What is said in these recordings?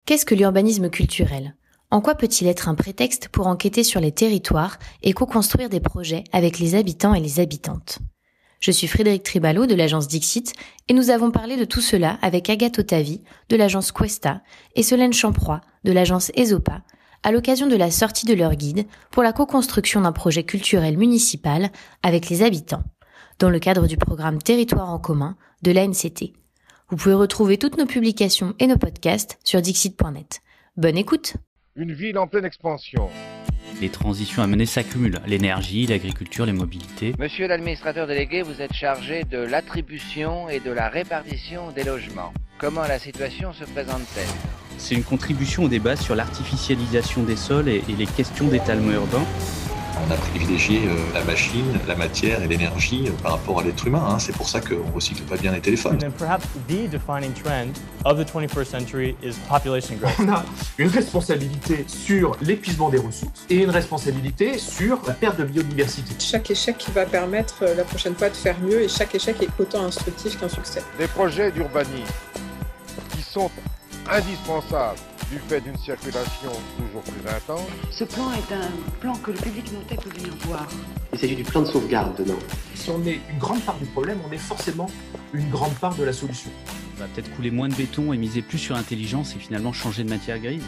Qu'est-ce que l'urbanisme culturel ? En quoi peut-il être un prétexte pour enquêter sur les territoires et co-construire des projets avec les habitants et les habitantes ? Je suis Frédéric Tribalo de l'agence Dixit et nous avons parlé de tout cela avec Agathe Otavi de l'agence Questa et Solène Champroy de l'agence ESOPA à l'occasion de la sortie de leur guide pour la co-construction d'un projet culturel municipal avec les habitants, dans le cadre du programme Territoire en commun de l'ANCT. Vous pouvez retrouver toutes nos publications et nos podcasts sur dixit.net. Bonne écoute! Une ville en pleine expansion. Les transitions à mener s'accumulent, l'énergie, l'agriculture, les mobilités. Monsieur l'administrateur délégué, vous êtes chargé de l'attribution et de la répartition des logements. Comment la situation se présente-t-elle ? C'est une contribution au débat sur l'artificialisation des sols et les questions d'étalement urbain. On a privilégié la machine, la matière et l'énergie par rapport à l'être humain. C'est pour ça qu'on ne recycle pas bien les téléphones. And then perhaps the defining trend of the 21st century is population growth. On a une responsabilité sur l'épuisement des ressources et une responsabilité sur la perte de biodiversité. Chaque échec va permettre la prochaine fois de faire mieux et chaque échec est autant instructif qu'un succès. Des projets d'urbanisme qui sont indispensables du fait d'une circulation toujours plus intense. Ce plan est un plan que le public notait pour venir voir. Il s'agit du plan de sauvegarde dedans. Si on est une grande part du problème, on est forcément une grande part de la solution. On va peut-être couler moins de béton et miser plus sur l'intelligence et finalement changer de matière grise.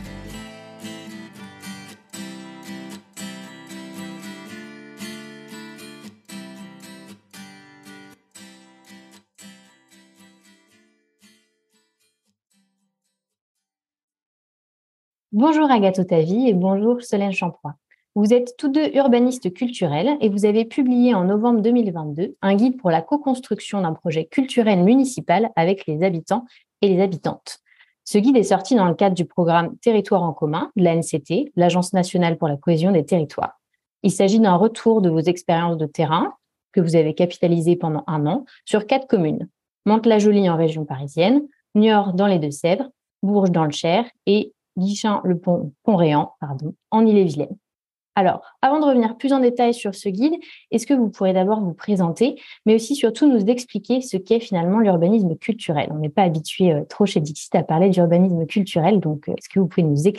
Bonjour Agathe Otavi et bonjour Solène Champroy. Vous êtes tous deux urbanistes culturels et vous avez publié en novembre 2022 un guide pour la co-construction d'un projet culturel municipal avec les habitants et les habitantes. Ce guide est sorti dans le cadre du programme Territoire en commun de l'ANCT, l'Agence nationale pour la cohésion des territoires. Il s'agit d'un retour de vos expériences de terrain que vous avez capitalisées pendant 1 an sur 4 communes. Mantes-la-Jolie en région parisienne, Niort dans les Deux-Sèvres, Bourges dans le Cher et Guichen-le-Pont-Réan, en Ille-et-Vilaine. Alors, avant de revenir plus en détail sur ce guide, est-ce que vous pourrez d'abord vous présenter, mais aussi surtout nous expliquer ce qu'est finalement l'urbanisme culturel ? On n'est pas habitué trop chez Dixit à parler d'urbanisme culturel, donc est-ce que vous pouvez nous éclairer ?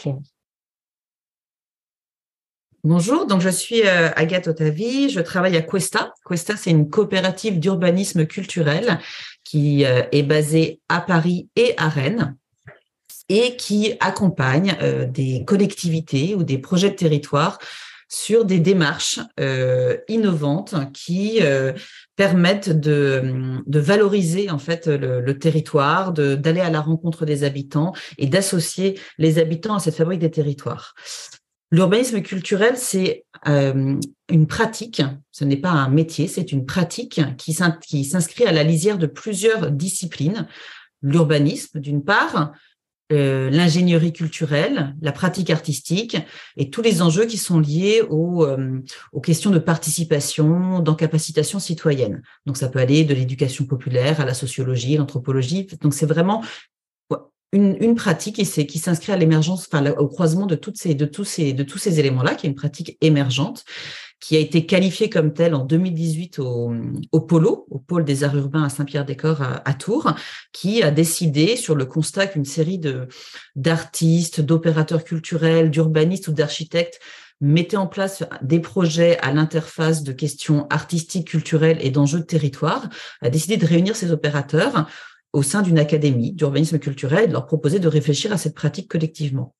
Bonjour, donc je suis Agathe Otavi, je travaille à Questa. Questa, c'est une coopérative d'urbanisme culturel qui est basée à Paris et à Rennes, et qui accompagne des collectivités ou des projets de territoire sur des démarches innovantes qui permettent de valoriser en fait le territoire, d'aller à la rencontre des habitants et d'associer les habitants à cette fabrique des territoires. L'urbanisme culturel, c'est une pratique, ce n'est pas un métier, c'est une pratique qui s'inscrit à la lisière de plusieurs disciplines. L'urbanisme, d'une part, l'ingénierie culturelle, la pratique artistique et tous les enjeux qui sont liés aux questions de participation, d'encapacitation citoyenne. Donc, ça peut aller de l'éducation populaire à la sociologie, l'anthropologie. Donc, c'est vraiment une pratique qui s'inscrit à l'émergence, au croisement de tous ces éléments-là, qui est une pratique émergente, qui a été qualifiée comme telle en 2018 au pôle des arts urbains à Saint-Pierre-des-Corps à Tours, qui a décidé, sur le constat qu'une série d'artistes, d'opérateurs culturels, d'urbanistes ou d'architectes mettaient en place des projets à l'interface de questions artistiques, culturelles et d'enjeux de territoire, a décidé de réunir ces opérateurs au sein d'une académie d'urbanisme culturel et de leur proposer de réfléchir à cette pratique collectivement.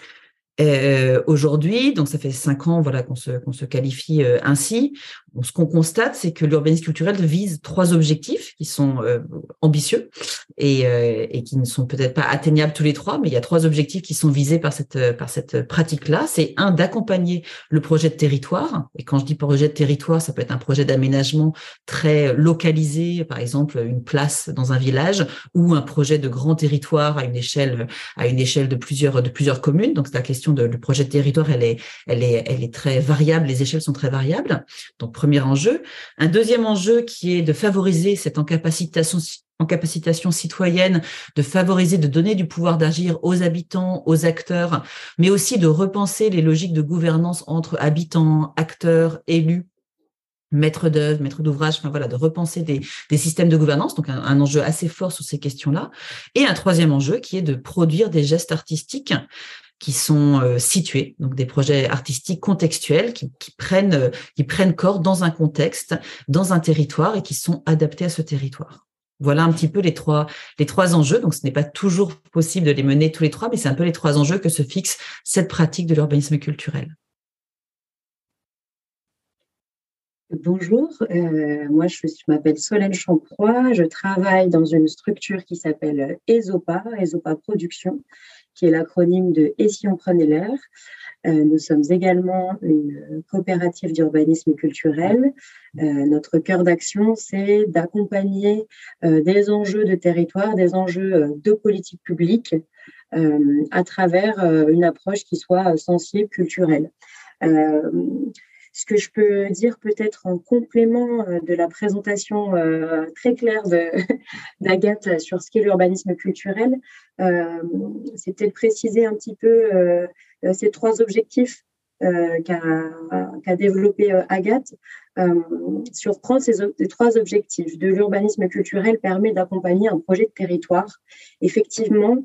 Aujourd'hui, donc ça fait 5 ans qu'on se qualifie ainsi. Ce qu'on constate, c'est que l'urbanisme culturel vise 3 objectifs qui sont ambitieux et qui ne sont peut-être pas atteignables tous les 3, mais il y a 3 objectifs qui sont visés par cette pratique-là. C'est d'accompagner le projet de territoire. Et quand je dis projet de territoire, ça peut être un projet d'aménagement très localisé, par exemple une place dans un village, ou un projet de grand territoire à une échelle de plusieurs communes. Donc c'est la question du projet de territoire, elle est très variable, les échelles sont très variables. Donc premier enjeu. Un deuxième enjeu qui est de favoriser cette encapacitation citoyenne, de favoriser, de donner du pouvoir d'agir aux habitants, aux acteurs, mais aussi de repenser les logiques de gouvernance entre habitants, acteurs, élus maître d'œuvre, maître d'ouvrage, enfin voilà, de repenser des systèmes de gouvernance, donc un enjeu assez fort sur ces questions-là. Et un troisième enjeu qui est de produire des gestes artistiques qui sont situés, donc des projets artistiques contextuels qui prennent corps dans un contexte, dans un territoire et qui sont adaptés à ce territoire. Voilà un petit peu les trois enjeux. Donc, ce n'est pas toujours possible de les mener tous les trois, mais c'est un peu les trois enjeux que se fixe cette pratique de l'urbanisme culturel. Bonjour, moi je m'appelle Solène Champroy, je travaille dans une structure qui s'appelle ESOPA Production, qui est l'acronyme de Et si on prenait l'air. Nous sommes également une coopérative d'urbanisme culturel. Notre cœur d'action, c'est d'accompagner des enjeux de territoire, des enjeux de politique publique à travers une approche qui soit sensible, culturelle. Ce que je peux dire peut-être en complément de la présentation très claire d'Agathe sur ce qu'est l'urbanisme culturel, c'était de préciser un petit peu ces trois objectifs qu'a développé Agathe. Surprendre ces trois objectifs de l'urbanisme culturel permet d'accompagner un projet de territoire. Effectivement,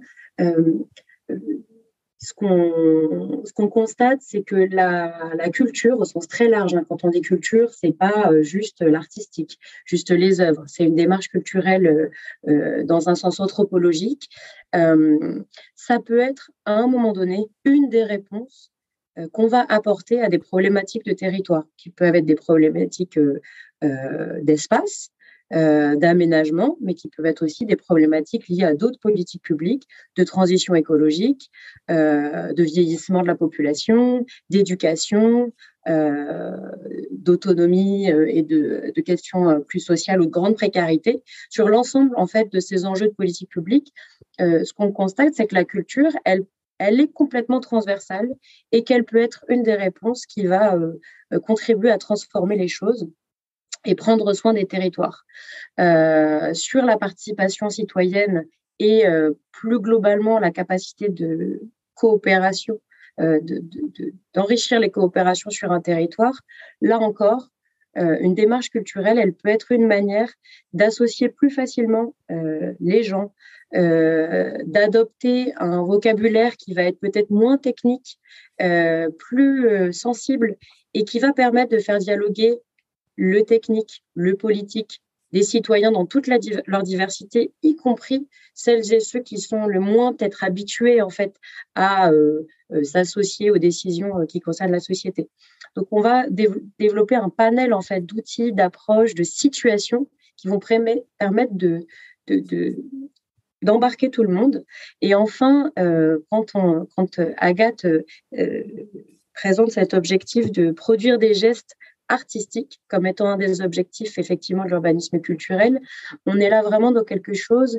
ce qu'on constate, c'est que la culture, au sens très large, quand on dit culture, c'est pas juste l'artistique, juste les œuvres. C'est une démarche culturelle dans un sens anthropologique. Ça peut être, à un moment donné, une des réponses qu'on va apporter à des problématiques de territoire, qui peuvent être des problématiques d'espace, d'aménagement, mais qui peuvent être aussi des problématiques liées à d'autres politiques publiques, de transition écologique, de vieillissement de la population, d'éducation, d'autonomie et de questions plus sociales ou de grande précarité. Sur l'ensemble, en fait, de ces enjeux de politique publique, ce qu'on constate, c'est que la culture, elle est complètement transversale et qu'elle peut être une des réponses qui va contribuer à transformer les choses et prendre soin des territoires. Sur la participation citoyenne et plus globalement la capacité de coopération, d'enrichir les coopérations sur un territoire, là encore, une démarche culturelle, elle peut être une manière d'associer plus facilement les gens, d'adopter un vocabulaire qui va être peut-être moins technique, plus sensible et qui va permettre de faire dialoguer le technique, le politique, des citoyens dans toute leur diversité, y compris celles et ceux qui sont le moins peut-être habitués en fait à s'associer aux décisions qui concernent la société. Donc on va développer un panel en fait d'outils, d'approches, de situations qui vont permettre d'embarquer tout le monde. Et enfin, quand Agathe présente cet objectif de produire des gestes artistique comme étant un des objectifs effectivement de l'urbanisme culturel, on est là vraiment dans quelque chose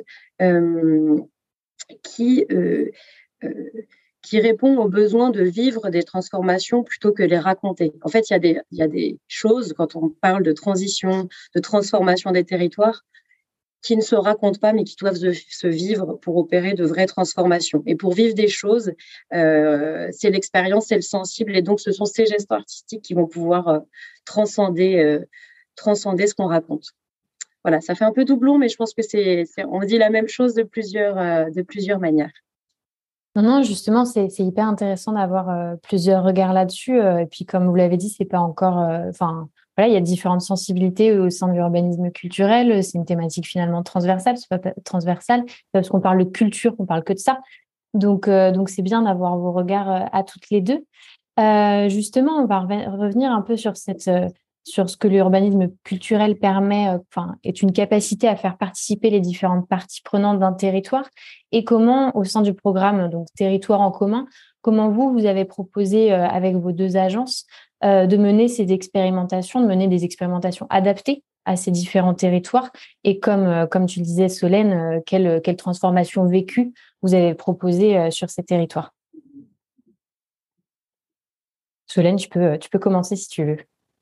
qui répond au besoin de vivre des transformations plutôt que les raconter. En fait, il y a des choses, quand on parle de transition, de transformation des territoires, qui ne se racontent pas, mais qui doivent se vivre pour opérer de vraies transformations. Et pour vivre des choses, c'est l'expérience, c'est le sensible, et donc ce sont ces gestes artistiques qui vont pouvoir transcender ce qu'on raconte. Voilà, ça fait un peu doublon, mais je pense que on dit la même chose de plusieurs manières. Non, justement, c'est hyper intéressant d'avoir plusieurs regards là-dessus. Et puis, comme vous l'avez dit, c'est pas encore... Voilà, il y a différentes sensibilités au sein de l'urbanisme culturel. C'est une thématique finalement transversale. C'est pas transversale parce qu'on parle de culture, qu'on parle que de ça. Donc c'est bien d'avoir vos regards à toutes les deux. Justement, on va revenir un peu sur ce que l'urbanisme culturel permet, est une capacité à faire participer les différentes parties prenantes d'un territoire, et comment, au sein du programme donc Territoire en commun, comment vous avez proposé avec vos deux agences de mener des expérimentations adaptées à ces différents territoires, et comme tu le disais, Solène, quelle transformation vécue vous avez proposée sur ces territoires. Solène, tu peux commencer si tu veux.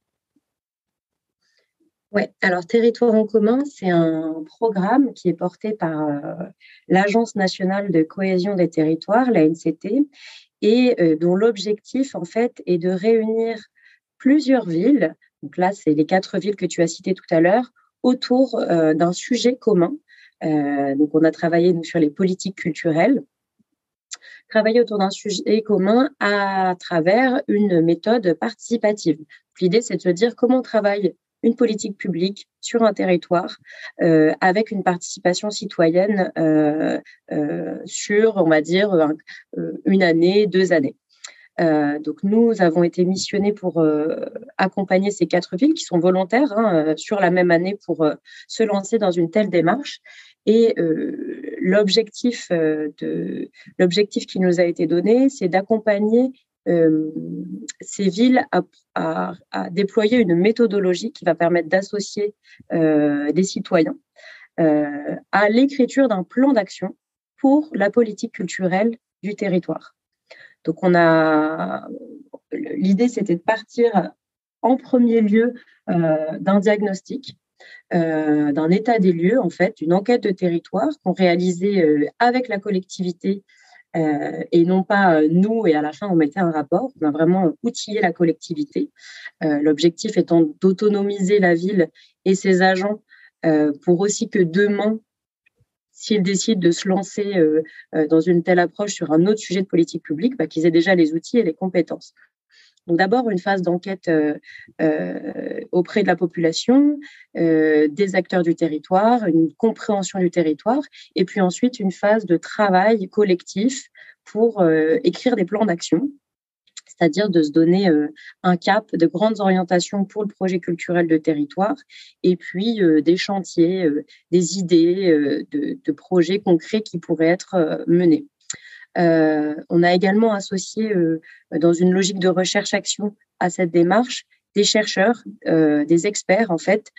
Oui, alors Territoire en commun, c'est un programme qui est porté par l'Agence nationale de cohésion des territoires, la NCT, et dont l'objectif, en fait, est de réunir plusieurs villes Donc là, c'est les 4 villes que tu as citées tout à l'heure, autour d'un sujet commun. Donc, on a travaillé, nous, sur les politiques culturelles, travailler autour d'un sujet commun à travers une méthode participative. L'idée, c'est de se dire comment on travaille une politique publique sur un territoire avec une participation citoyenne sur, on va dire, une année, 2 années. Donc, nous avons été missionnés pour accompagner ces 4 villes qui sont volontaires sur la même année pour se lancer dans une telle démarche. Et l'objectif qui nous a été donné, c'est d'accompagner ces villes à déployer une méthodologie qui va permettre d'associer des citoyens à l'écriture d'un plan d'action pour la politique culturelle du territoire. Donc, l'idée, c'était de partir en premier lieu d'un diagnostic, d'un état des lieux, en fait, d'une enquête de territoire qu'on réalisait avec la collectivité et non pas nous, et à la fin, on mettait un rapport. On a vraiment outillé la collectivité. L'objectif étant d'autonomiser la ville et ses agents pour aussi que demain, s'ils décident de se lancer dans une telle approche sur un autre sujet de politique publique, qu'ils aient déjà les outils et les compétences. Donc d'abord, une phase d'enquête auprès de la population, des acteurs du territoire, une compréhension du territoire, et puis ensuite une phase de travail collectif pour écrire des plans d'action, c'est-à-dire de se donner un cap, de grandes orientations pour le projet culturel de territoire, et puis des chantiers, des idées de projets concrets qui pourraient être menés. On a également associé, dans une logique de recherche-action à cette démarche, des chercheurs, des experts, en fait,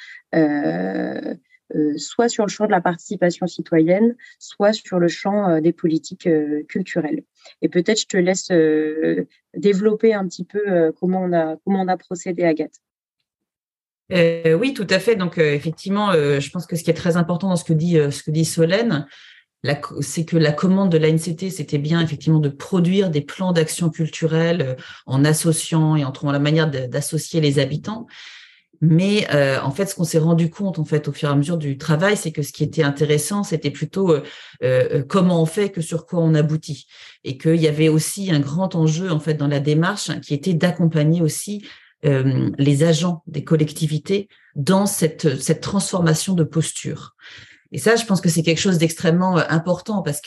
soit sur le champ de la participation citoyenne, soit sur le champ des politiques culturelles. Et peut-être je te laisse développer un petit peu comment on a procédé, Agathe. Oui, tout à fait. Donc, effectivement, je pense que ce qui est très important dans ce que dit Solène, c'est que la commande de l'ANCT, c'était bien effectivement de produire des plans d'action culturelle en associant et en trouvant la manière d'associer les habitants. Mais en fait, ce qu'on s'est rendu compte en fait au fur et à mesure du travail, c'est que ce qui était intéressant, c'était plutôt comment on fait que sur quoi on aboutit, et qu'il y avait aussi un grand enjeu en fait dans la démarche qui était d'accompagner aussi les agents des collectivités dans cette transformation de posture. Et ça, je pense que c'est quelque chose d'extrêmement important parce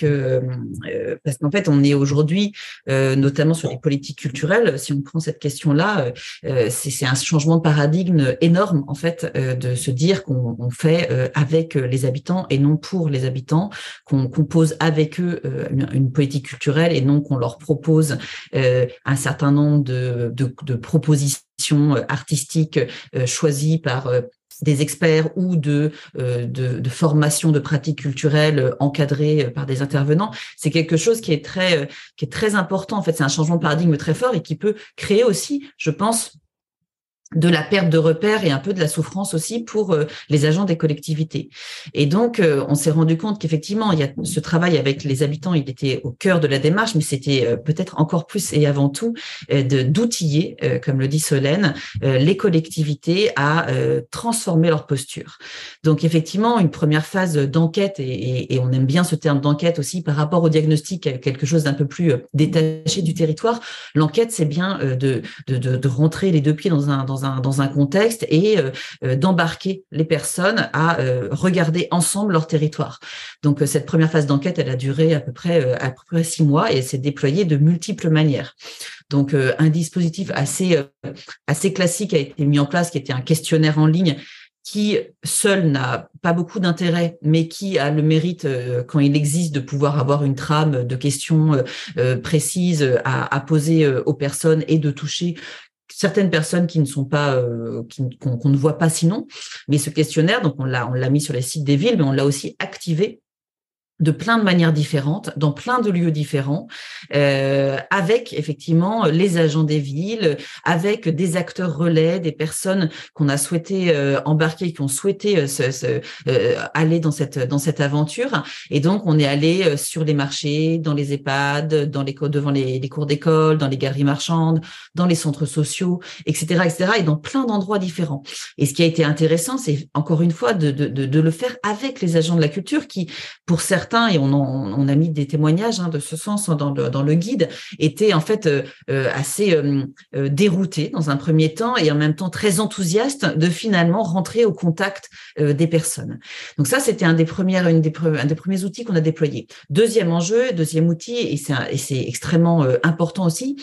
qu'en fait, on est aujourd'hui, notamment sur les politiques culturelles, si on prend cette question-là, c'est un changement de paradigme énorme, en fait, de se dire qu'on fait avec les habitants et non pour les habitants, qu'on compose avec eux une politique culturelle et non qu'on leur propose un certain nombre de propositions artistiques choisies par des experts ou de formation de pratiques culturelles encadrées par des intervenants. C'est quelque chose qui est très important. En fait, c'est un changement de paradigme très fort et qui peut créer aussi, je pense, de la perte de repères et un peu de la souffrance aussi pour les agents des collectivités. Et donc, on s'est rendu compte qu'effectivement, il y a ce travail avec les habitants, il était au cœur de la démarche, mais c'était peut-être encore plus et avant tout d'outiller, comme le dit Solène, les collectivités à transformer leur posture. Donc, effectivement, une première phase d'enquête, et on aime bien ce terme d'enquête aussi par rapport au diagnostic, quelque chose d'un peu plus détaché du territoire. L'enquête, c'est bien de rentrer les deux pieds dans un contexte et d'embarquer les personnes à regarder ensemble leur territoire. Donc, cette première phase d'enquête, elle a duré à peu près 6 mois et elle s'est déployée de multiples manières. Donc, un dispositif assez classique a été mis en place, qui était un questionnaire en ligne qui seul n'a pas beaucoup d'intérêt, mais qui a le mérite, quand il existe, de pouvoir avoir une trame de questions précises à poser aux personnes et de toucher certaines personnes qui ne sont pas, qu'on ne voit pas sinon. Mais ce questionnaire, donc on l'a mis sur les sites des villes, mais on l'a aussi activé de plein de manières différentes, dans plein de lieux différents, avec effectivement les agents des villes, avec des acteurs relais, des personnes qu'on a souhaité embarquer, qui ont souhaité aller dans cette aventure. Et donc, on est allé sur les marchés, dans les EHPAD, devant les cours d'école, dans les galeries marchandes, dans les centres sociaux, etc., etc., et dans plein d'endroits différents. Et ce qui a été intéressant, c'est encore une fois de le faire avec les agents de la culture qui, pour certains, et on a mis des témoignages de ce sens dans le guide, étaient en fait assez déroutés dans un premier temps et en même temps très enthousiastes de finalement rentrer au contact des personnes. Donc ça, c'était un des premiers outils qu'on a déployé. Deuxième enjeu, deuxième outil, et c'est extrêmement important aussi,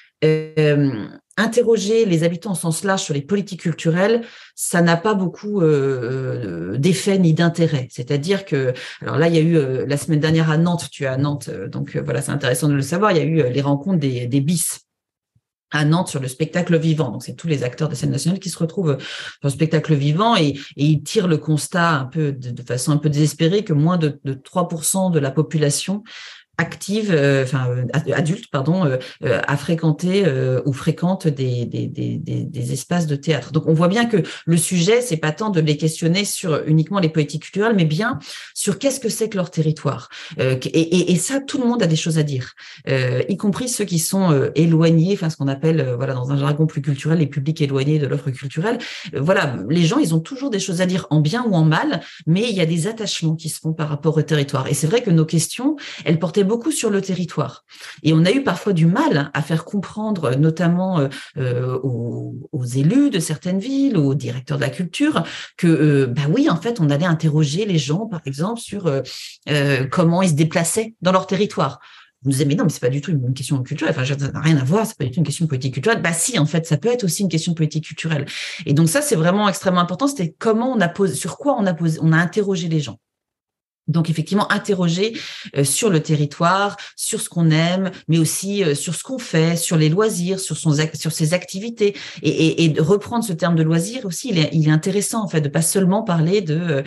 interroger les habitants au sens large sur les politiques culturelles, ça n'a pas beaucoup d'effet ni d'intérêt. C'est-à-dire que, alors là, il y a eu la semaine dernière à Nantes, tu es à Nantes, donc voilà, c'est intéressant de le savoir, il y a eu les rencontres des BIS à Nantes sur le spectacle vivant. Donc, c'est tous les acteurs des scènes nationales qui se retrouvent sur le spectacle vivant et ils tirent le constat un peu de façon un peu désespérée que moins de 3% de la population active, adulte, à fréquenter ou fréquente des espaces de théâtre. Donc, on voit bien que le sujet, c'est pas tant de les questionner sur uniquement les politiques culturelles, mais bien sur qu'est-ce que c'est que leur territoire. Et ça, tout le monde a des choses à dire, y compris ceux qui sont éloignés, ce qu'on appelle, dans un jargon plus culturel, les publics éloignés de l'offre culturelle. Les gens, ils ont toujours des choses à dire en bien ou en mal, mais il y a des attachements qui se font par rapport au territoire. Et c'est vrai que nos questions, elles portaient beaucoup sur le territoire. Et on a eu parfois du mal à faire comprendre, notamment aux élus de certaines villes, aux directeurs de la culture, que oui, en fait, on allait interroger les gens, par exemple, sur comment ils se déplaçaient dans leur territoire. Vous nous disiez, mais non, mais c'est pas du tout une question culturelle. Ça n'a rien à voir, c'est pas du tout une question de politique culturelle. Si, en fait, ça peut être aussi une question de politique culturelle. Et donc ça, c'est vraiment extrêmement important. C'était comment sur quoi on a interrogé les gens. Donc, effectivement, interroger sur le territoire, sur ce qu'on aime, mais aussi sur ce qu'on fait, sur les loisirs, sur ses activités. Et de reprendre ce terme de loisir aussi, il est intéressant, en fait, de pas seulement parler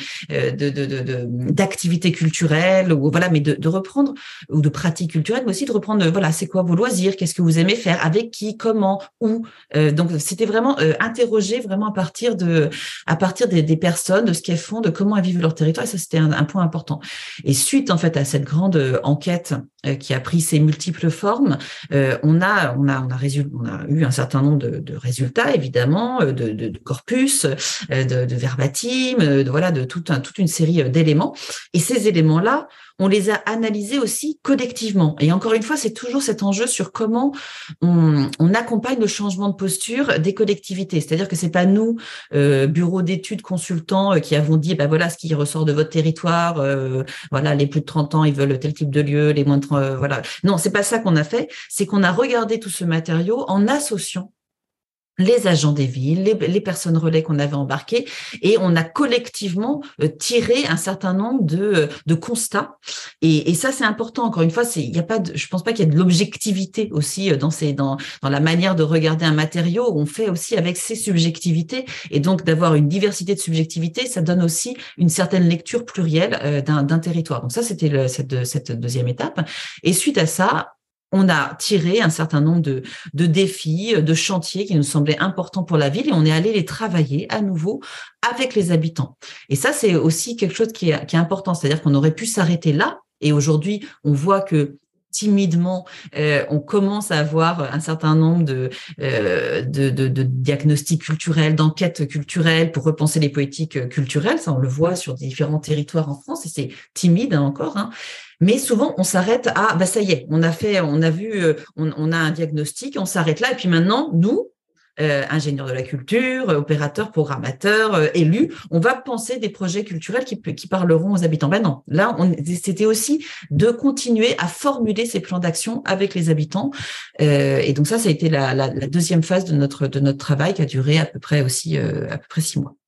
d'activités culturelles, mais de reprendre, ou de pratiques culturelles, mais aussi de reprendre, c'est quoi vos loisirs, qu'est-ce que vous aimez faire, avec qui, comment, où. Donc, c'était vraiment interroger vraiment à partir des personnes, de ce qu'elles font, de comment elles vivent leur territoire. Et ça, c'était un point important. Et suite en fait à cette grande enquête qui a pris ses multiples formes, on a eu un certain nombre de résultats évidemment, de corpus, de verbatim, de toute une série d'éléments. Et ces éléments-là, on les a analysés aussi collectivement. Et encore une fois, c'est toujours cet enjeu sur comment on accompagne le changement de posture des collectivités. C'est-à-dire que c'est pas nous, bureau d'études, consultants, qui avons dit, voilà ce qui ressort de votre territoire, les plus de 30 ans, ils veulent tel type de lieu, les moins de 30, voilà. Non, c'est pas ça qu'on a fait. C'est qu'on a regardé tout ce matériau en associant les agents des villes, les personnes relais qu'on avait embarquées, et on a collectivement tiré un certain nombre de constats. Et ça, c'est important. Encore une fois, je pense pas qu'il y ait de l'objectivité aussi dans la manière de regarder un matériau. On fait aussi avec ses subjectivités, et donc d'avoir une diversité de subjectivités, ça donne aussi une certaine lecture plurielle d'un territoire. Donc ça, c'était cette deuxième étape. Et suite à ça, on a tiré un certain nombre de défis, de chantiers qui nous semblaient importants pour la ville, et on est allé les travailler à nouveau avec les habitants. Et ça, c'est aussi quelque chose qui est important. C'est-à-dire qu'on aurait pu s'arrêter là, et aujourd'hui, on voit que timidement, on commence à avoir un certain nombre de diagnostics culturels, d'enquêtes culturelles pour repenser les politiques culturelles. Ça, on le voit sur différents territoires en France, et c'est timide encore, Mais souvent, on s'arrête à, ça y est, on a un diagnostic, on s'arrête là, et puis maintenant, nous, ingénieurs de la culture, opérateurs, programmateurs, élus, on va penser des projets culturels qui parleront aux habitants. Non, là, c'était aussi de continuer à formuler ces plans d'action avec les habitants. Et donc ça a été la deuxième phase de notre travail qui a duré à peu près 6 mois.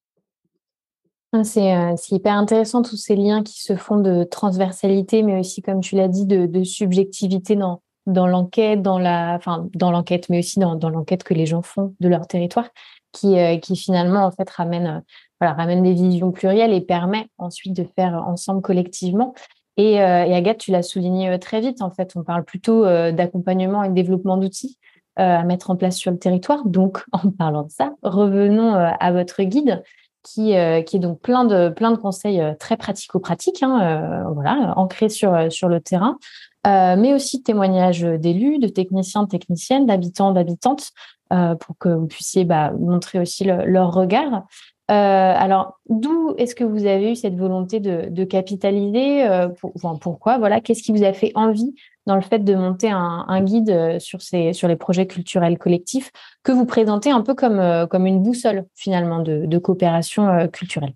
C'est hyper intéressant, tous ces liens qui se font de transversalité, mais aussi, comme tu l'as dit, de subjectivité dans l'enquête, dans l'enquête, mais aussi dans l'enquête que les gens font de leur territoire, qui finalement, en fait, ramène des visions plurielles et permet ensuite de faire ensemble collectivement. Et Agathe, tu l'as souligné très vite, en fait, on parle plutôt d'accompagnement et de développement d'outils à mettre en place sur le territoire. Donc, en parlant de ça, revenons à votre guide qui est donc plein de conseils très pratico-pratiques, voilà, ancrés sur le terrain, mais aussi de témoignages d'élus, de techniciens, de techniciennes, d'habitants, d'habitantes, pour que vous puissiez montrer aussi leur regard. Alors, d'où est-ce que vous avez eu cette volonté de capitaliser pourquoi, voilà, qu'est-ce qui vous a fait envie dans le fait de monter un guide sur les projets culturels collectifs que vous présentez un peu comme une boussole finalement de coopération culturelle?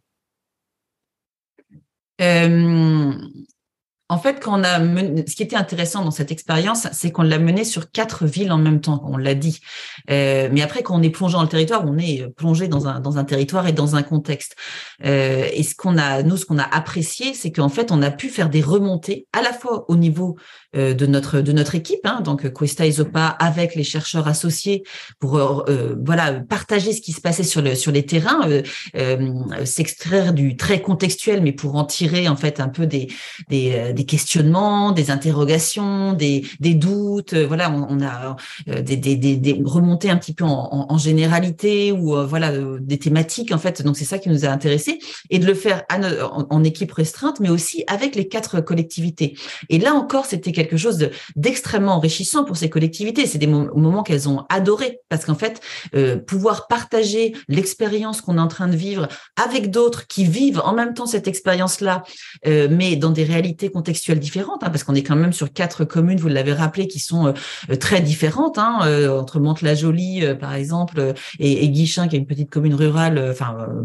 En fait, ce qui était intéressant dans cette expérience, c'est qu'on l'a mené sur 4 villes en même temps, on l'a dit. Mais après, quand on est plongé dans le territoire, on est plongé dans un territoire et dans un contexte. Et ce qu'on a apprécié, c'est qu'en fait, on a pu faire des remontées à la fois au niveau de notre équipe, donc Questa ESOPA avec les chercheurs associés pour partager ce qui se passait sur les terrains, s'extraire du très contextuel, mais pour en tirer en fait un peu des questionnements, des interrogations, des doutes. Voilà, on a des remontées un petit peu en généralité ou des thématiques en fait. Donc c'est ça qui nous a intéressés, et de le faire en équipe restreinte, mais aussi avec les 4 collectivités. Et là encore, c'était quelque chose d'extrêmement enrichissant pour ces collectivités. C'est des moments qu'elles ont adorés, parce qu'en fait, pouvoir partager l'expérience qu'on est en train de vivre avec d'autres qui vivent en même temps cette expérience-là, mais dans des réalités contextuelles différentes, parce qu'on est quand même sur 4 communes, vous l'avez rappelé, qui sont très différentes, entre Mantes-la-Jolie, par exemple, et Guichin, qui est une petite commune rurale,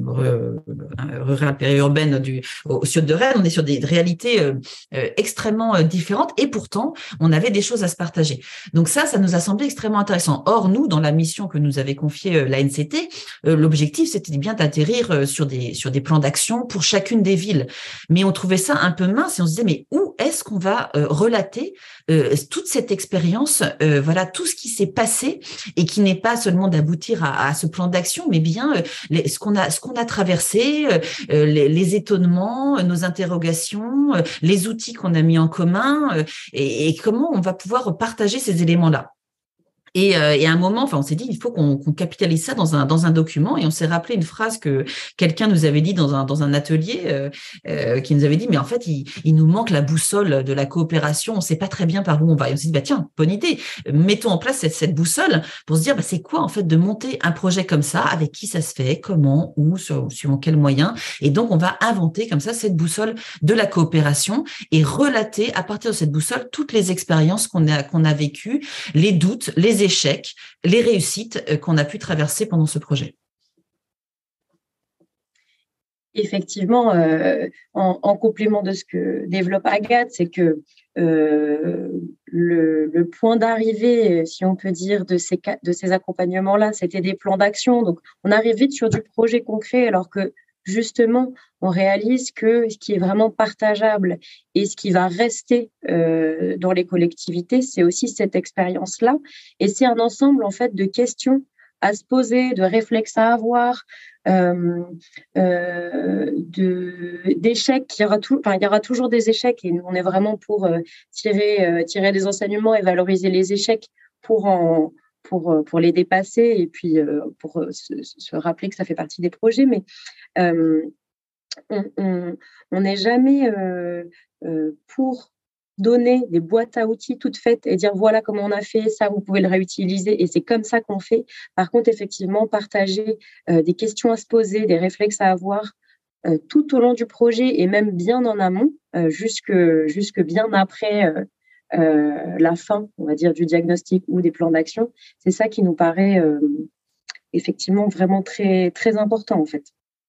rurale périurbaine au sud de Rennes. On est sur des réalités extrêmement différentes, et pourtant, on avait des choses à se partager. Donc ça nous a semblé extrêmement intéressant. Or, nous, dans la mission que nous avait confiée l'ANCT, l'objectif, c'était bien d'atterrir sur des plans d'action pour chacune des villes. Mais on trouvait ça un peu mince, et on se disait, mais où est-ce qu'on va relater toute cette expérience, tout ce qui s'est passé, et qui n'est pas seulement d'aboutir à ce plan d'action, mais bien ce qu'on a traversé, les étonnements, nos interrogations, les outils qu'on a mis en commun, et comment on va pouvoir partager ces éléments-là. Et à un moment, on s'est dit, il faut qu'on capitalise ça dans un document, et on s'est rappelé une phrase que quelqu'un nous avait dit dans un atelier, qui nous avait dit, mais en fait, il nous manque la boussole de la coopération, on ne sait pas très bien par où on va. Et on s'est dit, tiens, bonne idée, mettons en place cette boussole pour se dire, c'est quoi en fait de monter un projet comme ça, avec qui ça se fait, comment, où, suivant quels moyens. Et donc, on va inventer comme ça cette boussole de la coopération et relater à partir de cette boussole toutes les expériences qu'on a vécues, les doutes, les échecs, les réussites qu'on a pu traverser pendant ce projet. Effectivement, en complément de ce que développe Agathe, c'est que le point d'arrivée, si on peut dire, de ces accompagnements-là, c'était des plans d'action. Donc, on arrive vite sur du projet concret, alors que justement, on réalise que ce qui est vraiment partageable et ce qui va rester dans les collectivités, c'est aussi cette expérience-là. Et c'est un ensemble, en fait, de questions à se poser, de réflexes à avoir, d'échecs. Il y aura toujours des échecs, et on est vraiment pour tirer des enseignements et valoriser les échecs pour les dépasser, et puis pour se rappeler que ça fait partie des projets. Mais on n'est jamais pour donner des boîtes à outils toutes faites et dire voilà comment on a fait ça, vous pouvez le réutiliser, et c'est comme ça qu'on fait. Par contre, effectivement, partager des questions à se poser, des réflexes à avoir tout au long du projet, et même bien en amont, jusque bien après la fin, on va dire, du diagnostic ou des plans d'action. C'est ça qui nous paraît effectivement vraiment très, très important, en fait.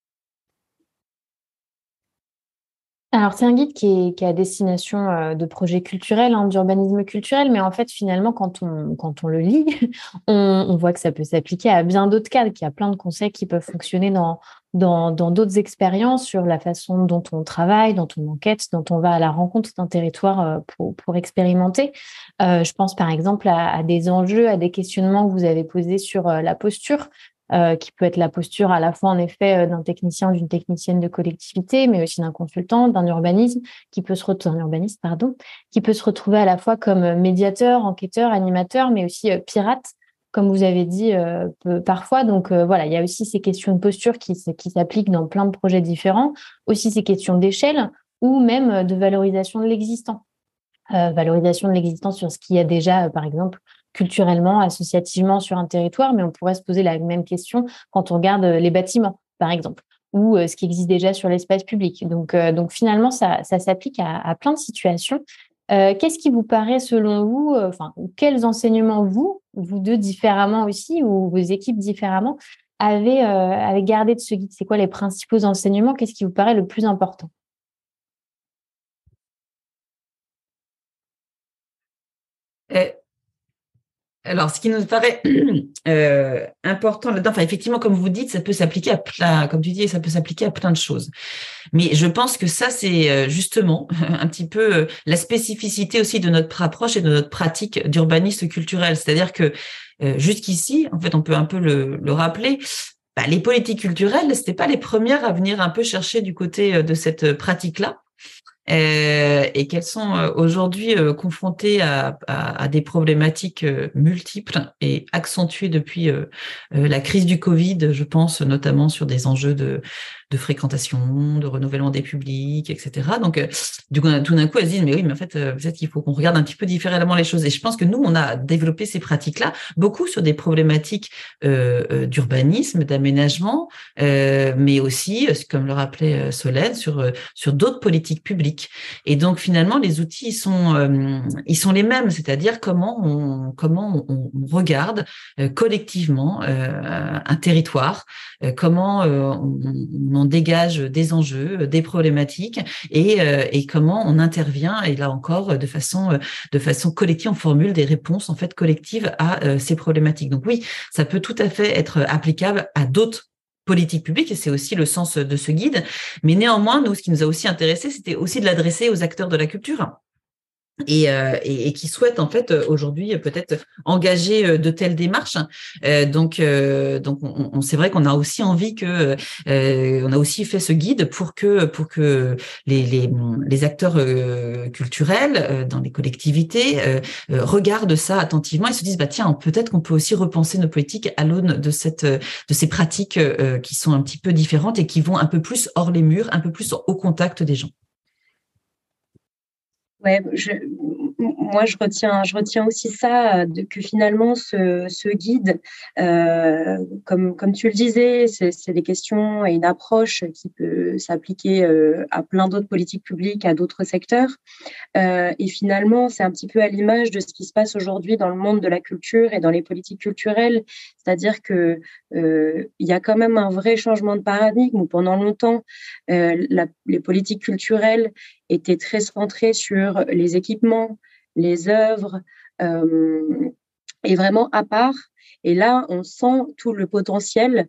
Alors, c'est un guide qui est à destination de projets culturels, d'urbanisme culturel, mais en fait, finalement, quand on le lit, on voit que ça peut s'appliquer à bien d'autres cas, qu'il y a plein de conseils qui peuvent fonctionner dans d'autres expériences sur la façon dont on travaille, dont on enquête, dont on va à la rencontre d'un territoire pour expérimenter. Je pense par exemple à des enjeux, à des questionnements que vous avez posés sur la posture, qui peut être la posture à la fois en effet d'un technicien ou d'une technicienne de collectivité, mais aussi d'un consultant, d'un urbaniste, qui peut se retrouver à la fois comme médiateur, enquêteur, animateur, mais aussi pirate, comme vous avez dit parfois. Donc voilà, il y a aussi ces questions de posture qui s'appliquent dans plein de projets différents, aussi ces questions d'échelle ou même de valorisation de l'existant. Valorisation de l'existant sur ce qu'il y a déjà, par exemple, culturellement, associativement sur un territoire, mais on pourrait se poser la même question quand on regarde les bâtiments, par exemple, ou ce qui existe déjà sur l'espace public. Donc finalement, ça s'applique à plein de situations. Qu'est-ce qui vous paraît, selon vous, quels enseignements vous deux différemment aussi, ou vos équipes différemment, avez gardé de ce guide? C'est quoi les principaux enseignements? Qu'est-ce qui vous paraît le plus important? Alors, ce qui nous paraît important là-dedans, effectivement, comme vous dites, ça peut s'appliquer à plein, comme tu dis, ça peut s'appliquer à plein de choses. Mais je pense que ça, c'est justement un petit peu la spécificité aussi de notre approche et de notre pratique d'urbaniste culturel. C'est-à-dire que jusqu'ici, en fait, on peut un peu le rappeler, les politiques culturelles, c'était pas les premières à venir un peu chercher du côté de cette pratique-là. Et qu'elles sont aujourd'hui confrontées à des problématiques multiples et accentuées depuis la crise du Covid, je pense notamment sur des enjeux de fréquentation, de renouvellement des publics, etc. Donc, du coup, tout d'un coup, elles se disent, mais oui, mais en fait, peut-être qu'il faut qu'on regarde un petit peu différemment les choses. Et je pense que nous, on a développé ces pratiques-là beaucoup sur des problématiques d'urbanisme, d'aménagement, mais aussi, comme le rappelait Solène, sur d'autres politiques publiques. Et donc, finalement, les outils, ils sont les mêmes, c'est-à-dire comment on regarde collectivement un territoire, comment on dégage des enjeux, des problématiques et comment on intervient, et là encore, de façon collective, on formule des réponses en fait collectives à ces problématiques. Donc oui, ça peut tout à fait être applicable à d'autres politique publique, et c'est aussi le sens de ce guide. Mais néanmoins, nous, ce qui nous a aussi intéressé, c'était aussi de l'adresser aux acteurs de la culture. Et qui souhaitent en fait aujourd'hui peut-être engager de telles démarches. Donc c'est vrai qu'on a aussi envie que on a aussi fait ce guide pour que les acteurs culturels dans les collectivités regardent ça attentivement et se disent tiens, peut-être qu'on peut aussi repenser nos politiques à l'aune de ces pratiques qui sont un petit peu différentes et qui vont un peu plus hors les murs, un peu plus au contact des gens. Ouais, moi je retiens aussi ça, que finalement ce guide, comme tu le disais, c'est des questions et une approche qui peut s'appliquer à plein d'autres politiques publiques, à d'autres secteurs. Et finalement, c'est un petit peu à l'image de ce qui se passe aujourd'hui dans le monde de la culture et dans les politiques culturelles, c'est-à-dire que il y a quand même un vrai changement de paradigme où pendant longtemps les politiques culturelles étaient très centrées sur les équipements, les œuvres, et vraiment à part. Et là, on sent tout le potentiel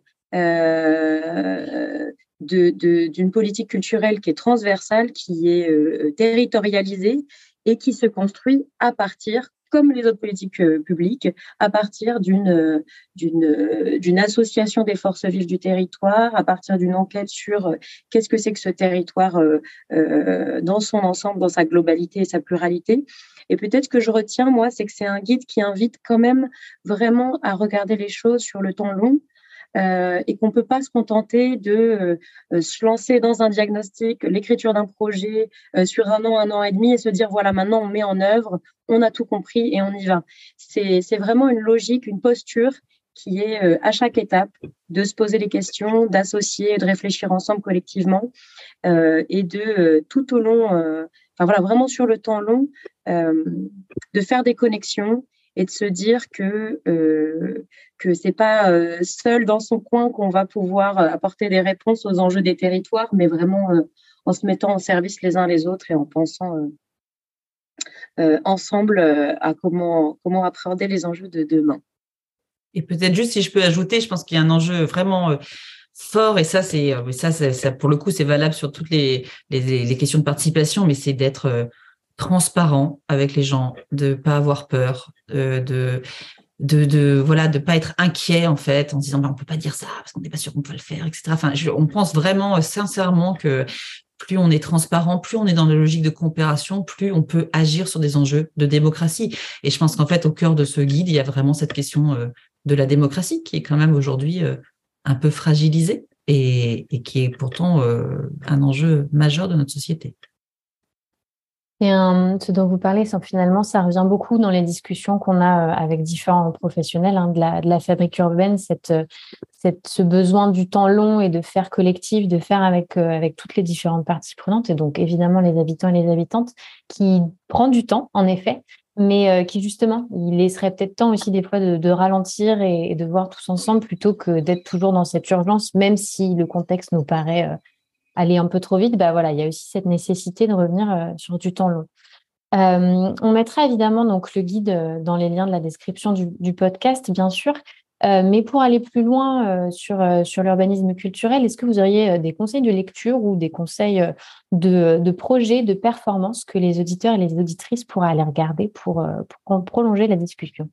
d'une politique culturelle qui est transversale, qui est territorialisée et qui se construit à partir, comme les autres politiques publiques, à partir d'une association des forces vives du territoire, à partir d'une enquête sur qu'est-ce que c'est que ce territoire dans son ensemble, dans sa globalité et sa pluralité. Et peut-être que je retiens, moi, c'est que c'est un guide qui invite quand même vraiment à regarder les choses sur le temps long, et qu'on ne peut pas se contenter de se lancer dans un diagnostic, l'écriture d'un projet sur un an et demi et se dire voilà, maintenant on met en œuvre, on a tout compris et on y va. C'est vraiment une logique, une posture qui est à chaque étape de se poser les questions, d'associer, de réfléchir ensemble collectivement et de tout au long, vraiment sur le temps long, de faire des connexions et de se dire que c'est pas seul dans son coin qu'on va pouvoir apporter des réponses aux enjeux des territoires, mais vraiment en se mettant en service les uns les autres et en pensant ensemble à comment appréhender les enjeux de demain. Et peut-être juste si je peux ajouter, je pense qu'il y a un enjeu vraiment fort, et ça pour le coup c'est valable sur toutes les questions de participation, mais c'est d'être transparent avec les gens, de pas avoir peur, de de pas être inquiet en fait en se disant on peut pas dire ça parce qu'on n'est pas sûr qu'on peut le faire, etc. Enfin, on pense vraiment sincèrement que plus on est transparent, plus on est dans la logique de coopération, plus on peut agir sur des enjeux de démocratie. Et je pense qu'en fait, au cœur de ce guide, il y a vraiment cette question de la démocratie qui est quand même aujourd'hui un peu fragilisée et qui est pourtant un enjeu majeur de notre société. Et ce dont vous parlez, finalement, ça revient beaucoup dans les discussions qu'on a avec différents professionnels de la fabrique urbaine, ce besoin du temps long et de faire collectif, de faire avec toutes les différentes parties prenantes, et donc évidemment les habitants et les habitantes, qui prend du temps, en effet, mais qui justement, il serait peut-être temps aussi des fois de ralentir et de voir tous ensemble plutôt que d'être toujours dans cette urgence, même si le contexte nous paraît aller un peu trop vite. Il y a aussi cette nécessité de revenir sur du temps long. On mettra évidemment donc le guide dans les liens de la description du podcast, bien sûr. Mais pour aller plus loin sur l'urbanisme culturel, est-ce que vous auriez des conseils de lecture ou des conseils de projets, de performances que les auditeurs et les auditrices pourraient aller regarder pour prolonger la discussion?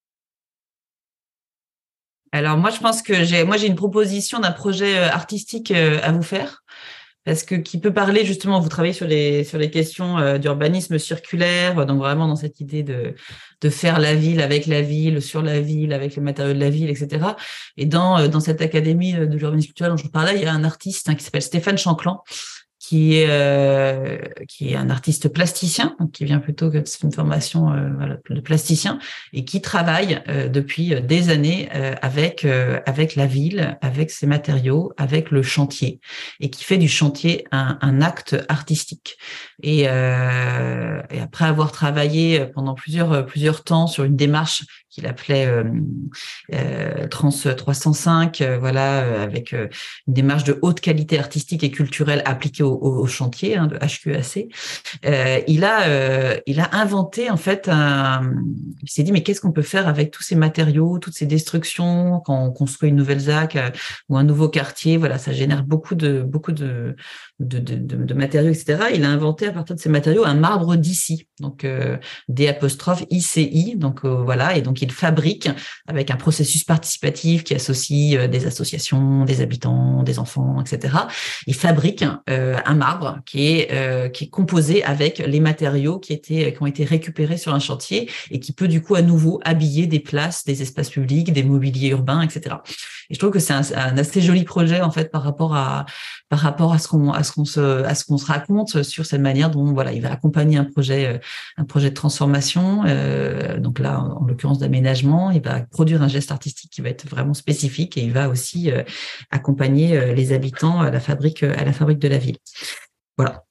Alors moi, je pense que j'ai une proposition d'un projet artistique à vous faire, parce que qui peut parler justement, vous travaillez sur les questions d'urbanisme circulaire, donc vraiment dans cette idée de faire la ville avec la ville, sur la ville, avec les matériaux de la ville, etc. Et dans cette académie de l'urbanisme culturel dont je vous parlais, il y a un artiste qui s'appelle Stéphane Chanclan, qui est un artiste plasticien, donc qui vient plutôt que c'est une formation de plasticien, et qui travaille depuis des années avec la ville, avec ses matériaux, avec le chantier, et qui fait du chantier un acte artistique. Et après avoir travaillé pendant plusieurs temps sur une démarche qu'il appelait Trans 305, avec une démarche de haute qualité artistique et culturelle appliquée au chantier de HQAC. Il a inventé en fait il s'est dit mais qu'est-ce qu'on peut faire avec tous ces matériaux, toutes ces destructions quand on construit une nouvelle ZAC ou un nouveau quartier, ça génère beaucoup de matériaux, etc. Il a inventé à partir de ces matériaux un marbre d'ici, donc D'(ICI), donc et donc il fabrique avec un processus participatif qui associe des associations, des habitants, des enfants, etc. Il fabrique un marbre qui est composé avec les matériaux qui ont été récupérés sur un chantier et qui peut du coup à nouveau habiller des places, des espaces publics, des mobiliers urbains, etc. Et je trouve que c'est un assez joli projet en fait par rapport à ce qu'on se raconte sur cette manière dont il va accompagner un projet de transformation, donc là en l'occurrence d'aménagement. Il va produire un geste artistique qui va être vraiment spécifique et il va aussi accompagner les habitants à la fabrique de la ville. Voilà.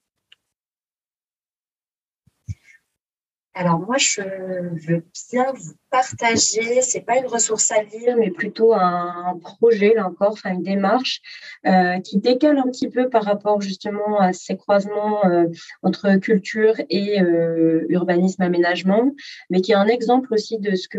Alors moi, je veux bien vous partager, c'est pas une ressource à lire, mais plutôt un projet, là encore, une démarche qui décale un petit peu par rapport justement à ces croisements entre culture et urbanisme-aménagement, mais qui est un exemple aussi de ce que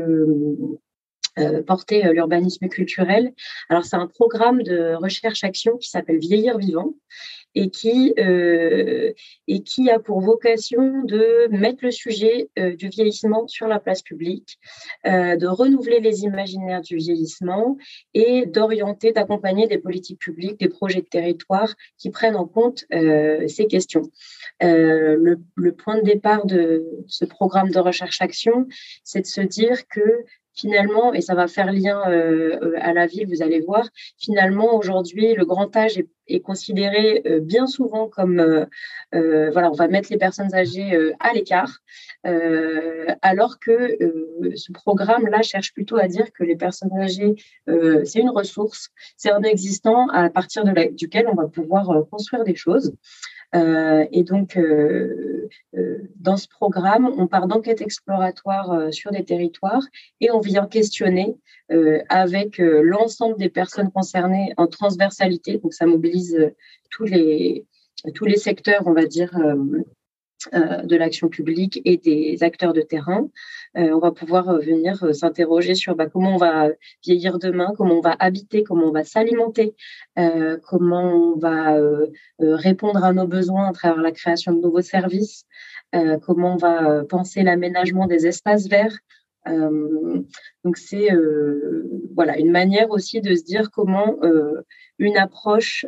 peut porter l'urbanisme culturel. Alors c'est un programme de recherche-action qui s'appelle Vieillir vivant, et qui a pour vocation de mettre le sujet du vieillissement sur la place publique, de renouveler les imaginaires du vieillissement et d'accompagner des politiques publiques, des projets de territoire qui prennent en compte ces questions. Le point de départ de ce programme de recherche-action, c'est de se dire que finalement, et ça va faire lien à la ville, vous allez voir, finalement, aujourd'hui, le grand âge est considéré bien souvent comme, on va mettre les personnes âgées à l'écart, alors que ce programme-là cherche plutôt à dire que les personnes âgées, c'est une ressource, c'est un existant à partir duquel on va pouvoir construire des choses. Et donc, dans ce programme, on part d'enquêtes exploratoires sur des territoires et on vient questionner avec l'ensemble des personnes concernées en transversalité. Donc, ça mobilise tous les secteurs, on va dire, de l'action publique et des acteurs de terrain. On va pouvoir venir s'interroger sur comment on va vieillir demain, comment on va habiter, comment on va s'alimenter, comment on va répondre à nos besoins à travers la création de nouveaux services, comment on va penser l'aménagement des espaces verts, Donc c'est voilà, une manière aussi de se dire comment une approche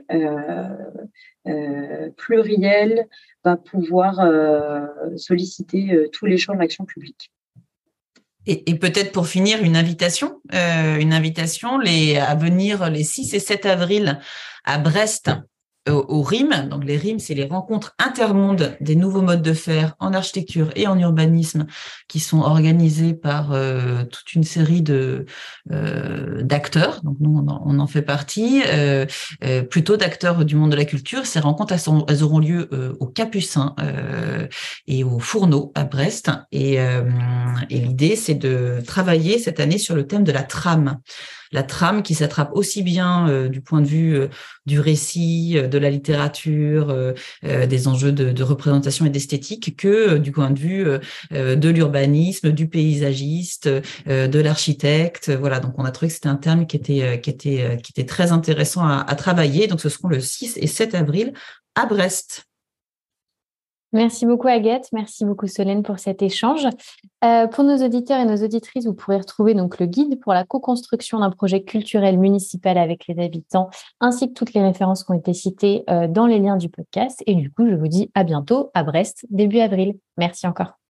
plurielle va pouvoir solliciter tous les champs de l'action publique. Et peut-être pour finir, une invitation à venir les 6 et 7 avril à Brest, au RIM. Donc les RIM, c'est les rencontres intermondes des nouveaux modes de faire en architecture et en urbanisme qui sont organisées par toute une série d'acteurs. Donc nous, on en fait partie, plutôt d'acteurs du monde de la culture. Ces rencontres, elles auront lieu au Capucin et au Fourneau à Brest. Et l'idée, c'est de travailler cette année sur le thème de la trame. La trame qui s'attrape aussi bien du point de vue du récit, de la littérature, des enjeux de représentation et d'esthétique que du point de vue de l'urbanisme, du paysagiste, de l'architecte. Voilà, donc on a trouvé que c'était un terme qui était très intéressant à travailler. Donc ce seront le 6 et 7 avril à Brest. Merci beaucoup Agathe, merci beaucoup Solène pour cet échange. Pour nos auditeurs et nos auditrices, vous pourrez retrouver donc le guide pour la co-construction d'un projet culturel municipal avec les habitants, ainsi que toutes les références qui ont été citées dans les liens du podcast. Et du coup, je vous dis à bientôt à Brest, début avril. Merci encore.